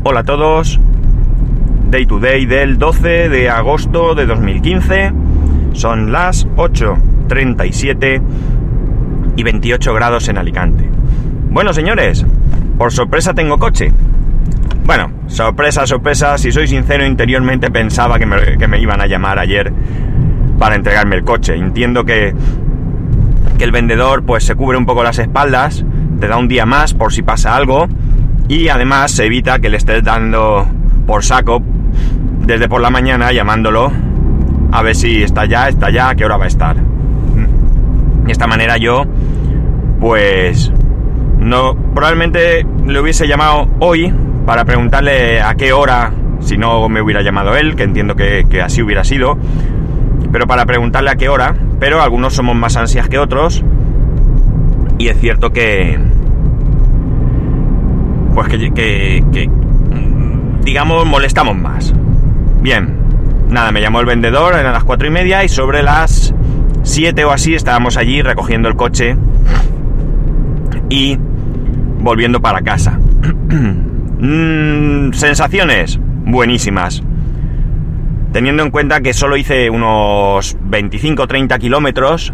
Hola a todos. Day to day del 12 de agosto de 2015. Son las 8:37 y 28 grados en Alicante. Bueno, señores, por sorpresa tengo coche. Bueno, sorpresa, si soy sincero, interiormente pensaba que me iban a llamar ayer para entregarme el coche. Entiendo que el vendedor pues se cubre un poco las espaldas, te da un día más por si pasa algo y además se evita que le estés dando por saco desde por la mañana llamándolo a ver si está ya, a qué hora va a estar. De esta manera yo pues no, probablemente le hubiese llamado hoy para preguntarle a qué hora, si no me hubiera llamado él, que entiendo que así hubiera sido, pero para preguntarle a qué hora. Pero algunos somos más ansias que otros y es cierto que pues que digamos molestamos más. Bien, nada, me llamó el vendedor, eran las 4:30 y sobre las 7 o así estábamos allí recogiendo el coche y volviendo para casa. Sensaciones buenísimas, teniendo en cuenta que solo hice unos 25-30 kilómetros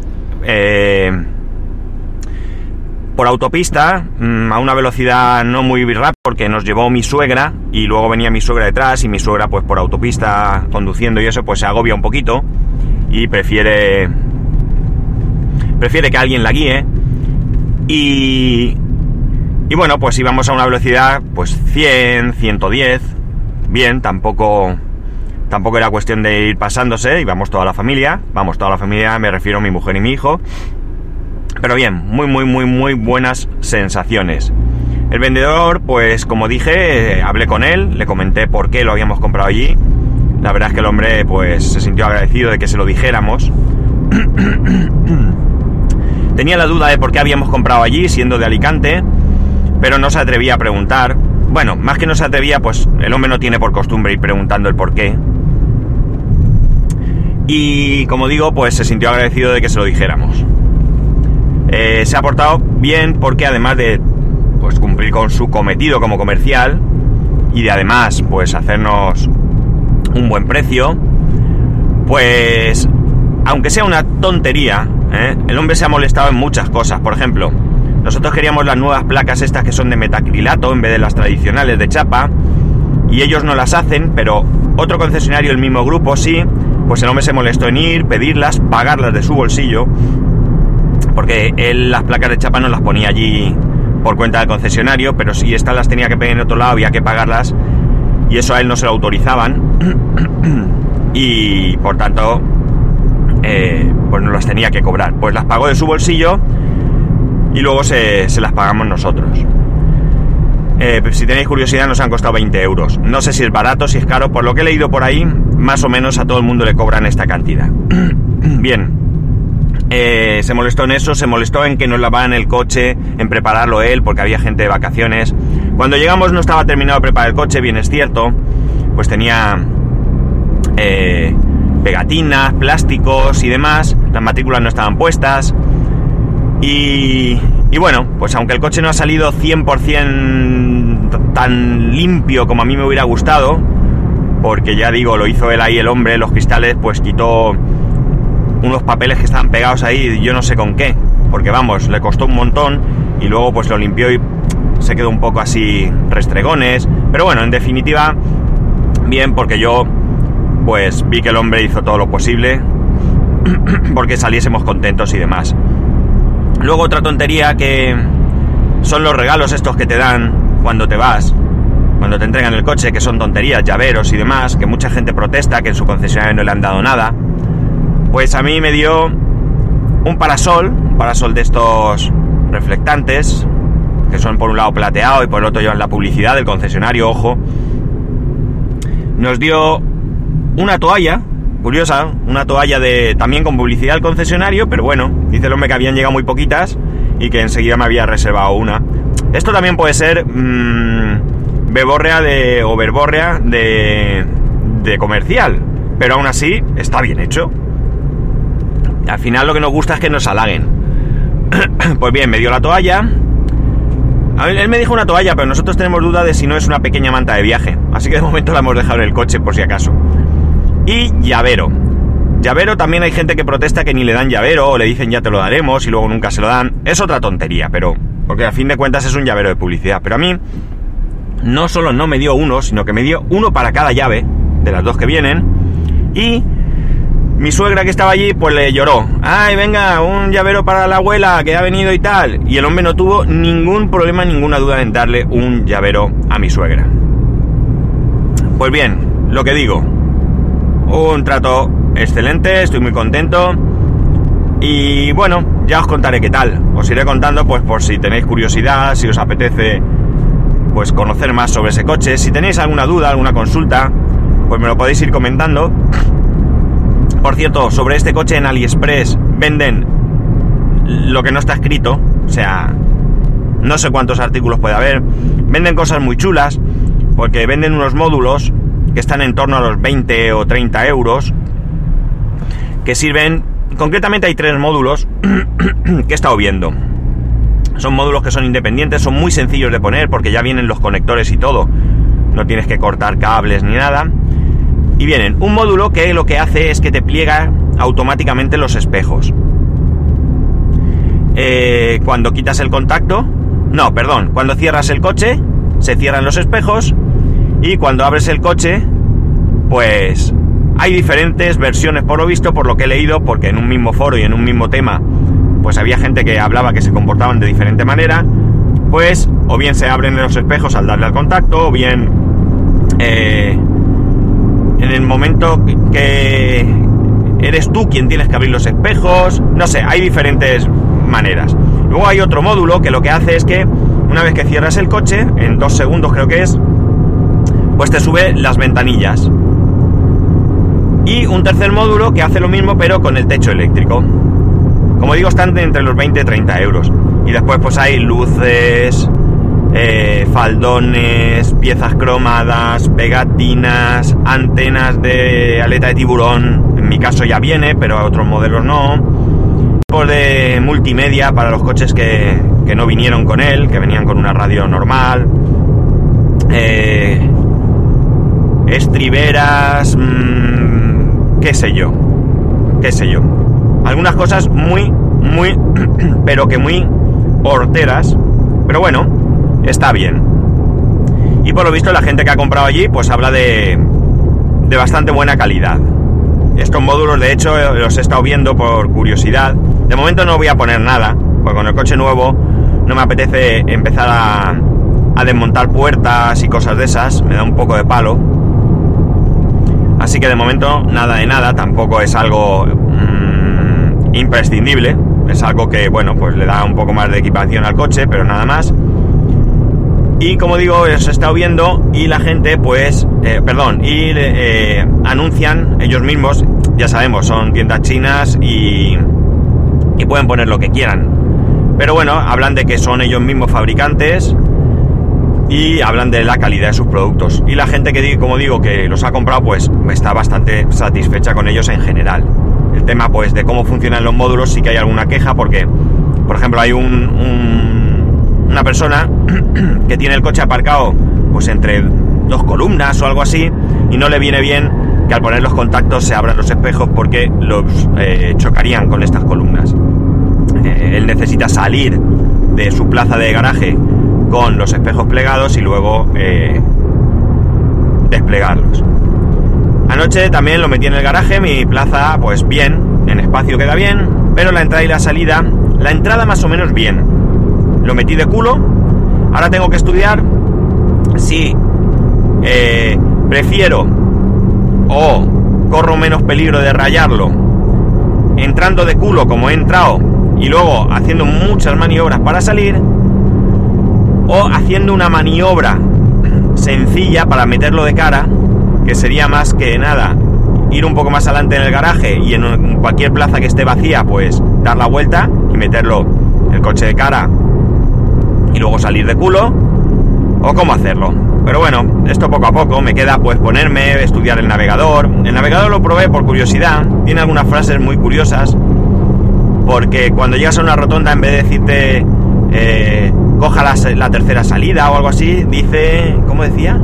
por autopista, a una velocidad no muy rápida, porque nos llevó mi suegra y luego venía mi suegra detrás, y mi suegra pues por autopista conduciendo y eso pues se agobia un poquito y prefiere que alguien la guíe. Y bueno, pues íbamos a una velocidad pues 100, 110, bien, tampoco era cuestión de ir pasándose, íbamos toda la familia, me refiero a mi mujer y mi hijo, pero bien, muy buenas sensaciones. El vendedor, pues como dije, hablé con él, le comenté por qué lo habíamos comprado allí. La verdad es que el hombre pues se sintió agradecido de que se lo dijéramos. Tenía la duda de por qué habíamos comprado allí, siendo de Alicante, pero no se atrevía a preguntar. Bueno, más que no se atrevía, pues el hombre no tiene por costumbre ir preguntando el por qué. Y como digo, pues se sintió agradecido de que se lo dijéramos. Se ha portado bien porque además de pues cumplir con su cometido como comercial y de además pues hacernos un buen precio, pues aunque sea una tontería, el hombre se ha molestado en muchas cosas. Por ejemplo, nosotros queríamos las nuevas placas estas que son de metacrilato en vez de las tradicionales de chapa, y ellos no las hacen, pero otro concesionario del mismo grupo sí. Pues el hombre se molestó en ir, pedirlas, pagarlas de su bolsillo, porque él las placas de chapa no las ponía allí por cuenta del concesionario, pero si estas las tenía que pedir en otro lado había que pagarlas, y eso a él no se lo autorizaban y por tanto pues no las tenía que cobrar. Pues las pagó de su bolsillo y luego se las pagamos nosotros. Si tenéis curiosidad, nos han costado 20 euros. No sé si es barato, si es caro. Por lo que he leído por ahí, más o menos a todo el mundo le cobran esta cantidad. Bien, se molestó en eso, se molestó en que nos lavaran el coche, en prepararlo él, porque había gente de vacaciones. Cuando llegamos no estaba terminado de preparar el coche, bien es cierto. Pues tenía pegatinas, plásticos y demás. Las matrículas no estaban puestas. Y bueno, pues aunque el coche no ha salido 100% tan limpio como a mí me hubiera gustado, porque ya digo, lo hizo él ahí, el hombre, los cristales, pues quitó unos papeles que estaban pegados ahí, yo no sé con qué, porque vamos, le costó un montón, y luego pues lo limpió y se quedó un poco así restregones, pero bueno, en definitiva, bien, porque yo pues vi que el hombre hizo todo lo posible porque saliésemos contentos y demás. Luego otra tontería que son los regalos estos que te dan cuando te vas, cuando te entregan el coche, que son tonterías, llaveros y demás, que mucha gente protesta que en su concesionario no le han dado nada. Pues a mí me dio un parasol de estos reflectantes, que son por un lado plateado y por el otro llevan la publicidad del concesionario, ojo. Nos dio una toalla, curiosa, una toalla también con publicidad del concesionario, pero bueno, dice el hombre que habían llegado muy poquitas y que enseguida me había reservado una. Esto también puede ser verborrea de comercial, pero aún así está bien hecho. Al final lo que nos gusta es que nos halaguen. Pues bien, me dio la toalla Él me dijo una toalla, pero nosotros tenemos duda de si no es una pequeña manta de viaje. Así que de momento la hemos dejado en el coche por si acaso. Y llavero. Llavero también hay gente que protesta que ni le dan llavero o le dicen ya te lo daremos y luego nunca se lo dan. Es otra tontería, pero... porque a fin de cuentas es un llavero de publicidad. Pero a mí no solo no me dio uno, sino que me dio uno para cada llave de las dos que vienen. Y mi suegra que estaba allí pues le lloró. ¡Ay, venga, un llavero para la abuela que ha venido y tal! Y el hombre no tuvo ningún problema, ninguna duda en darle un llavero a mi suegra. Pues bien, lo que digo, un trato excelente, estoy muy contento. Y bueno, ya os contaré qué tal. Os iré contando pues por si tenéis curiosidad, si os apetece pues conocer más sobre ese coche. Si tenéis alguna duda, alguna consulta, pues me lo podéis ir comentando. Por cierto, sobre este coche en AliExpress venden lo que no está escrito, o sea, no sé cuántos artículos puede haber. Venden cosas muy chulas, porque venden unos módulos que están en torno a los 20 o 30 euros, que sirven, concretamente hay 3 módulos que he estado viendo. Son módulos que son independientes, son muy sencillos de poner, porque ya vienen los conectores y todo. No tienes que cortar cables ni nada. Y vienen un módulo que lo que hace es que te pliega automáticamente los espejos. Cuando quitas el contacto... No, perdón. Cuando cierras el coche, se cierran los espejos. Y cuando abres el coche, pues... hay diferentes versiones por lo visto, por lo que he leído, porque en un mismo foro y en un mismo tema, pues había gente que hablaba que se comportaban de diferente manera. Pues, o bien se abren los espejos al darle al contacto, o bien... en el momento que eres tú quien tienes que abrir los espejos, no sé, hay diferentes maneras. Luego hay otro módulo que lo que hace es que una vez que cierras el coche, en 2 segundos creo que es, pues te sube las ventanillas. Y un tercer módulo que hace lo mismo pero con el techo eléctrico. Como digo, están entre los 20 y 30 euros. Y después pues hay luces... faldones, piezas cromadas, pegatinas, antenas de aleta de tiburón, en mi caso ya viene, pero a otros modelos no, tipos de multimedia para los coches que no vinieron con él, que venían con una radio normal, estriberas, qué sé yo, algunas cosas muy, pero que muy horteras, pero bueno, está bien. Y por lo visto la gente que ha comprado allí pues habla de bastante buena calidad. Estos módulos de hecho los he estado viendo por curiosidad. De momento no voy a poner nada, porque con el coche nuevo no me apetece empezar a desmontar puertas y cosas de esas, me da un poco de palo. Así que de momento nada de nada, tampoco es algo imprescindible. Es algo que, bueno, pues le da un poco más de equipación al coche, pero nada más. Y como digo, os he estado viendo y la gente pues, anuncian ellos mismos, ya sabemos, son tiendas chinas y pueden poner lo que quieran. Pero bueno, hablan de que son ellos mismos fabricantes y hablan de la calidad de sus productos. Y la gente que, como digo, que los ha comprado pues está bastante satisfecha con ellos en general. El tema pues de cómo funcionan los módulos sí que hay alguna queja porque, por ejemplo, hay una persona que tiene el coche aparcado pues entre 2 columnas o algo así y no le viene bien que al poner los contactos se abran los espejos porque los chocarían con estas columnas. Él necesita salir de su plaza de garaje con los espejos plegados y luego desplegarlos. Anoche también lo metí en el garaje, mi plaza pues bien, en espacio queda bien, pero la entrada y la salida, la entrada más o menos bien. Lo metí de culo. Ahora tengo que estudiar si prefiero o corro menos peligro de rayarlo entrando de culo como he entrado y luego haciendo muchas maniobras para salir, o haciendo una maniobra sencilla para meterlo de cara, que sería más que nada ir un poco más adelante en el garaje y en cualquier plaza que esté vacía pues dar la vuelta y meterlo el coche de cara y luego salir de culo, o cómo hacerlo. Pero bueno, esto poco a poco, me queda pues ponerme, estudiar el navegador. El navegador lo probé por curiosidad, tiene algunas frases muy curiosas, porque cuando llegas a una rotonda, en vez de decirte coja la tercera salida o algo así. Dice, ¿cómo decía?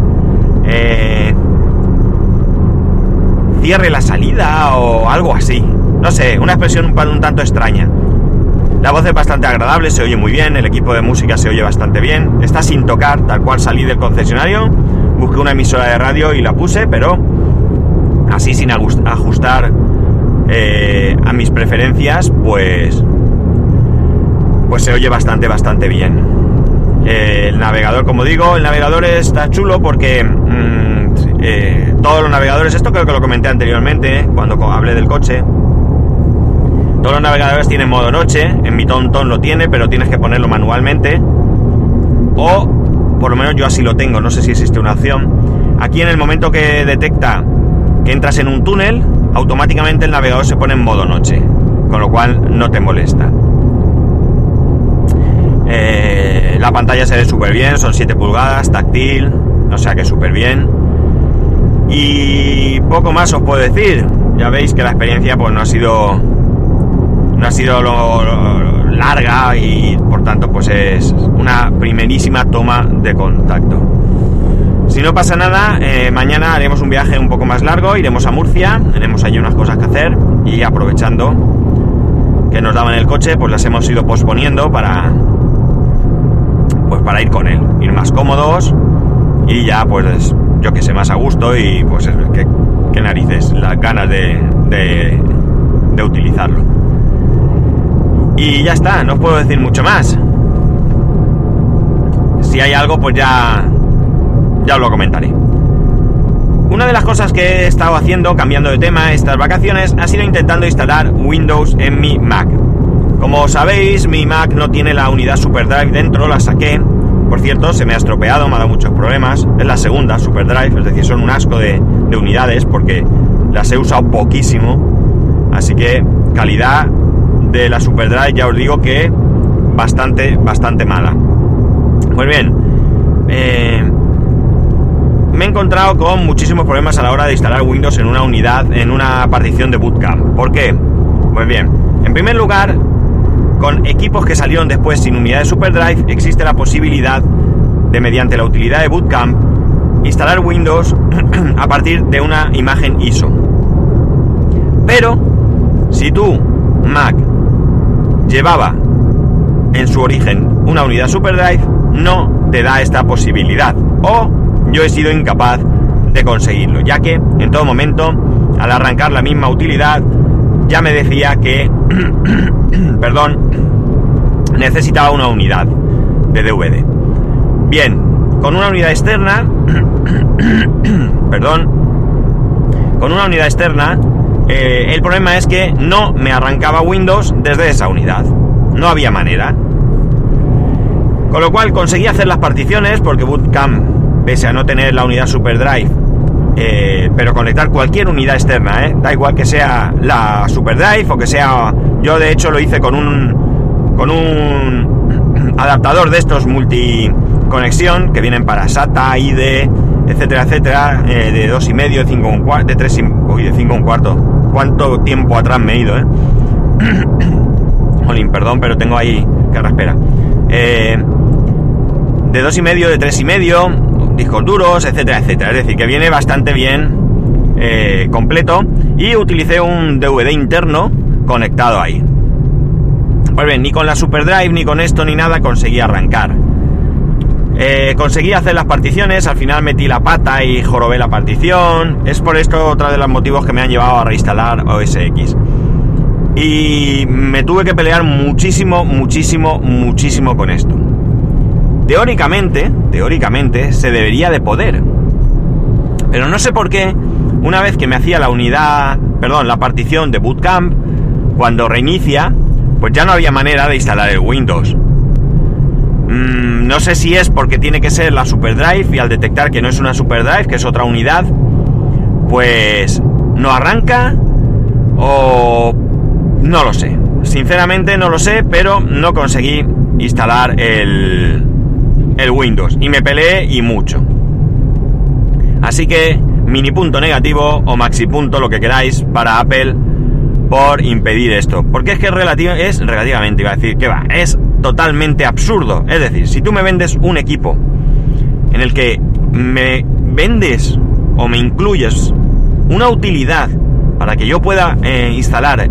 Cierre la salida o algo así. No sé, una expresión un tanto extraña. La voz es bastante agradable, se oye muy bien, el equipo de música se oye bastante bien. Está sin tocar, tal cual salí del concesionario, busqué una emisora de radio y la puse, pero así sin ajustar a mis preferencias, pues se oye bastante bien. El navegador, como digo, el navegador está chulo porque todos los navegadores, esto creo que lo comenté anteriormente cuando hablé del coche, todos los navegadores tienen modo noche. En mi TomTom lo tiene, pero tienes que ponerlo manualmente, o por lo menos yo así lo tengo, no sé si existe una opción. Aquí, en el momento que detecta que entras en un túnel, automáticamente el navegador se pone en modo noche, con lo cual no te molesta. La pantalla se ve súper bien, son 7 pulgadas, táctil, o sea que súper bien. Y poco más os puedo decir. Ya veis que la experiencia pues no ha sido lo larga, y por tanto pues es una primerísima toma de contacto. Si no pasa nada, mañana haremos un viaje un poco más largo, iremos a Murcia, tenemos allí unas cosas que hacer, y aprovechando que nos daban el coche, pues las hemos ido posponiendo para ir con él, ir más cómodos y ya pues yo que sé, más a gusto, y pues qué narices, las ganas de utilizarlo. Y ya está, no os puedo decir mucho más. Si hay algo, pues ya os lo comentaré. Una de las cosas que he estado haciendo, cambiando de tema estas vacaciones, ha sido intentando instalar Windows en mi Mac. Como sabéis, mi Mac no tiene la unidad SuperDrive dentro, la saqué. Por cierto, se me ha estropeado, me ha dado muchos problemas. Es la segunda SuperDrive, es decir, son un asco de unidades porque las he usado poquísimo. Así que calidad de la SuperDrive, ya os digo que bastante mala. Pues bien, me he encontrado con muchísimos problemas a la hora de instalar Windows en una unidad, en una partición de bootcamp. ¿Por qué? Pues bien, en primer lugar, con equipos que salieron después sin unidad de SuperDrive, existe la posibilidad de, mediante la utilidad de bootcamp, instalar Windows a partir de una imagen ISO. Pero si tu Mac llevaba en su origen una unidad SuperDrive, no te da esta posibilidad, o yo he sido incapaz de conseguirlo, ya que en todo momento, al arrancar la misma utilidad, ya me decía que necesitaba una unidad de DVD. Bien, con una unidad externa el problema es que no me arrancaba Windows desde esa unidad, no había manera, con lo cual conseguí hacer las particiones, porque Bootcamp, pese a no tener la unidad SuperDrive, pero conectar cualquier unidad externa, da igual que sea la SuperDrive o que sea, yo de hecho lo hice con un adaptador de estos multiconexión que vienen para SATA, ID, etcétera, de 2,5, de 5 1/4, de 3 de 5 1/4. ¿Cuánto tiempo atrás me he ido, Jolín, perdón, pero tengo ahí carraspera. De 2,5, de 3,5, discos duros, etcétera. Es decir, que viene bastante bien completo, y utilicé un DVD interno conectado ahí. Pues bien, ni con la SuperDrive, ni con esto, ni nada conseguí arrancar. Conseguí hacer las particiones, al final metí la pata y jorobé la partición. Es por esto otro de los motivos que me han llevado a reinstalar OS X. Y me tuve que pelear muchísimo con esto. Teóricamente se debería de poder, pero no sé por qué, una vez que me hacía la partición de Bootcamp, cuando reinicia, pues ya no había manera de instalar el Windows. No sé si es porque tiene que ser la SuperDrive, y al detectar que no es una SuperDrive, que es otra unidad, pues no arranca, o no lo sé. Sinceramente no lo sé, pero no conseguí instalar el Windows, y me peleé y mucho. Así que mini punto negativo o maxi punto, lo que queráis, para Apple por impedir esto, porque es que relativamente, iba a decir que es totalmente absurdo. Es decir, si tú me vendes un equipo en el que me vendes o me incluyes una utilidad para que yo pueda instalar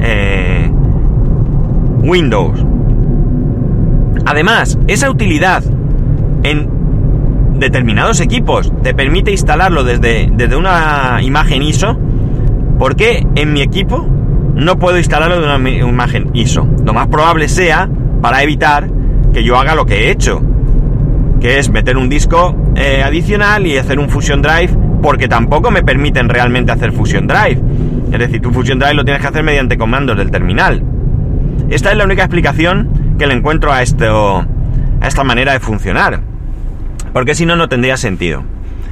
Windows, además esa utilidad en determinados equipos te permite instalarlo desde una imagen ISO, ¿por qué en mi equipo no puedo instalarlo de una imagen ISO? Lo más probable sea para evitar que yo haga lo que he hecho, que es meter un disco adicional y hacer un Fusion Drive, porque tampoco me permiten realmente hacer Fusion Drive. Es decir, tu Fusion Drive lo tienes que hacer mediante comandos del terminal. Esta es la única explicación que le encuentro a esta manera de funcionar, porque si no, no tendría sentido.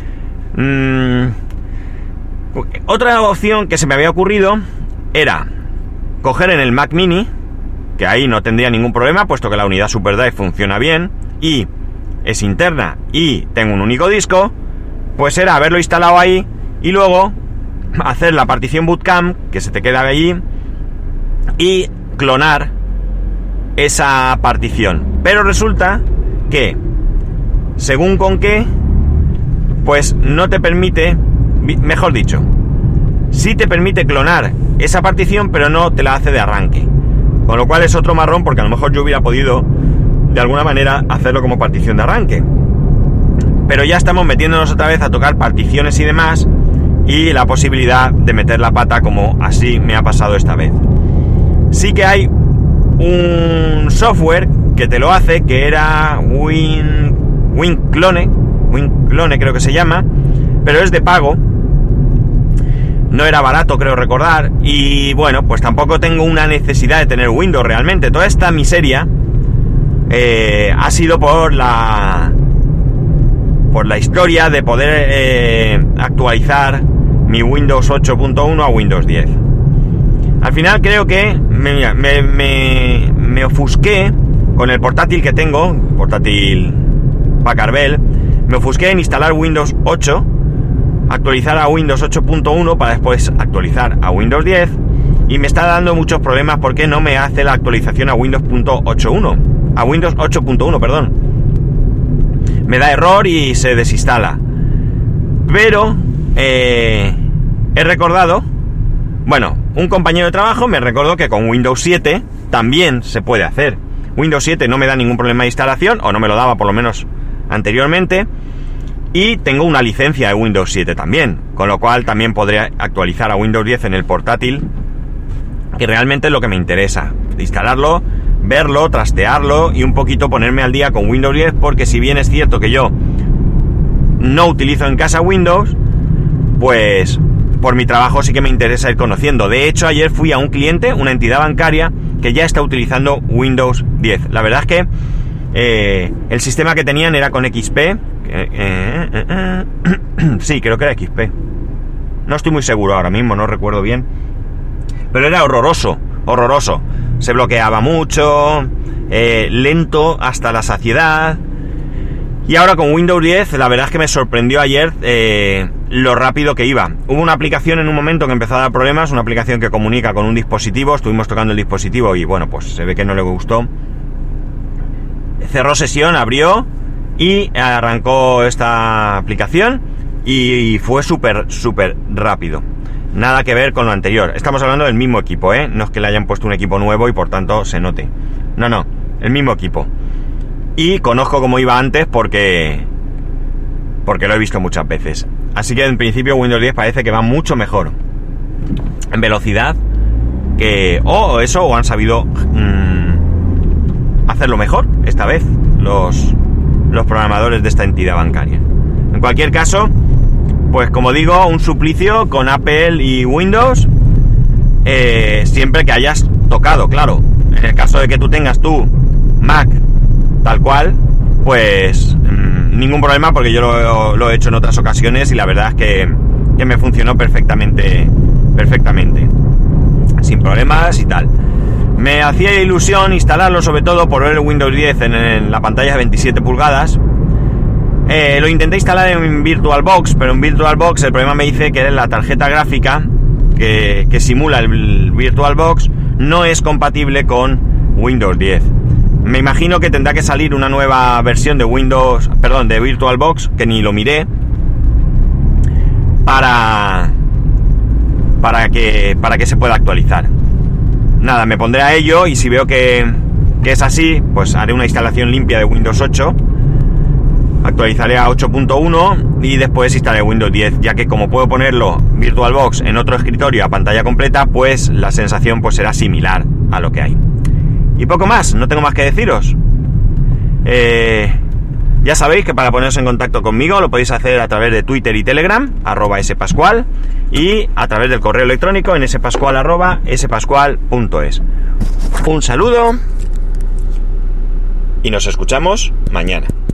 Otra opción que se me había ocurrido era coger en el Mac Mini, que ahí no tendría ningún problema, puesto que la unidad SuperDrive funciona bien y es interna y tengo un único disco, pues era haberlo instalado ahí y luego hacer la partición bootcamp que se te queda allí y clonar esa partición. Pero resulta que, según con qué, pues no te permite, mejor dicho, sí te permite clonar esa partición, pero no te la hace de arranque. Con lo cual es otro marrón, porque a lo mejor yo hubiera podido de alguna manera hacerlo como partición de arranque. Pero ya estamos metiéndonos otra vez a tocar particiones y demás, y la posibilidad de meter la pata, como así me ha pasado esta vez. Sí que hay un software que te lo hace, que era WinClone creo que se llama, pero es de pago. No era barato, creo recordar, y bueno, pues tampoco tengo una necesidad de tener Windows realmente. Toda esta miseria ha sido por la historia de poder actualizar mi Windows 8.1 a Windows 10. Al final creo que me ofusqué con el portátil que tengo, portátil Packard Bell, me ofusqué en instalar Windows 8, actualizar a Windows 8.1 para después actualizar a Windows 10, y me está dando muchos problemas porque no me hace la actualización a Windows 8.1, perdón. Me da error y se desinstala. Pero he recordado, bueno, un compañero de trabajo me recordó que con Windows 7 también se puede hacer. Windows 7 no me da ningún problema de instalación, o no me lo daba por lo menos anteriormente, y tengo una licencia de Windows 7 también, con lo cual también podría actualizar a Windows 10 en el portátil, que realmente es lo que me interesa, instalarlo, verlo, trastearlo y un poquito ponerme al día con Windows 10, porque si bien es cierto que yo no utilizo en casa Windows, pues por mi trabajo sí que me interesa ir conociendo. De hecho, ayer fui a un cliente, una entidad bancaria, que ya está utilizando Windows 10. La verdad es que el sistema que tenían era con XP. Sí, creo que era XP. No estoy muy seguro ahora mismo, no recuerdo bien. Pero era horroroso. Se bloqueaba mucho, lento hasta la saciedad. Y ahora con Windows 10, la verdad es que me sorprendió ayer lo rápido que iba. Hubo una aplicación en un momento que empezó a dar problemas, una aplicación que comunica con un dispositivo. Estuvimos tocando el dispositivo y bueno, pues se ve que no le gustó. Cerró sesión, abrió y arrancó esta aplicación y fue súper rápido. Nada que ver con lo anterior. Estamos hablando del mismo equipo, ¿eh? No es que le hayan puesto un equipo nuevo y por tanto se note. No, el mismo equipo. Y conozco cómo iba antes porque lo he visto muchas veces. Así que en principio Windows 10 parece que va mucho mejor en velocidad que... o han sabido hacerlo mejor esta vez los programadores de esta entidad bancaria. En cualquier caso, pues como digo, un suplicio con Apple y Windows, siempre que hayas tocado, claro. En el caso de que tú tengas tu Mac tal cual, pues ningún problema, porque yo lo he hecho en otras ocasiones y la verdad es que me funcionó perfectamente, sin problemas y tal. Me hacía ilusión instalarlo, sobre todo por ver el Windows 10 en la pantalla de 27 pulgadas. Lo intenté instalar en VirtualBox, pero en VirtualBox el problema me dice que la tarjeta gráfica que simula el VirtualBox no es compatible con Windows 10. me imagino que tendrá que salir una nueva versión de de VirtualBox, que ni lo miré, para que se pueda actualizar. Nada, me pondré a ello, y si veo que es así, pues haré una instalación limpia de Windows 8, actualizaré a 8.1 y después instalaré Windows 10, ya que como puedo ponerlo VirtualBox en otro escritorio a pantalla completa, pues la sensación pues será similar a lo que hay. Y poco más, no tengo más que deciros. Ya sabéis que para poneros en contacto conmigo lo podéis hacer a través de Twitter y Telegram, @spascual, y a través del correo electrónico en spascual@spascual.es. Un saludo y nos escuchamos mañana.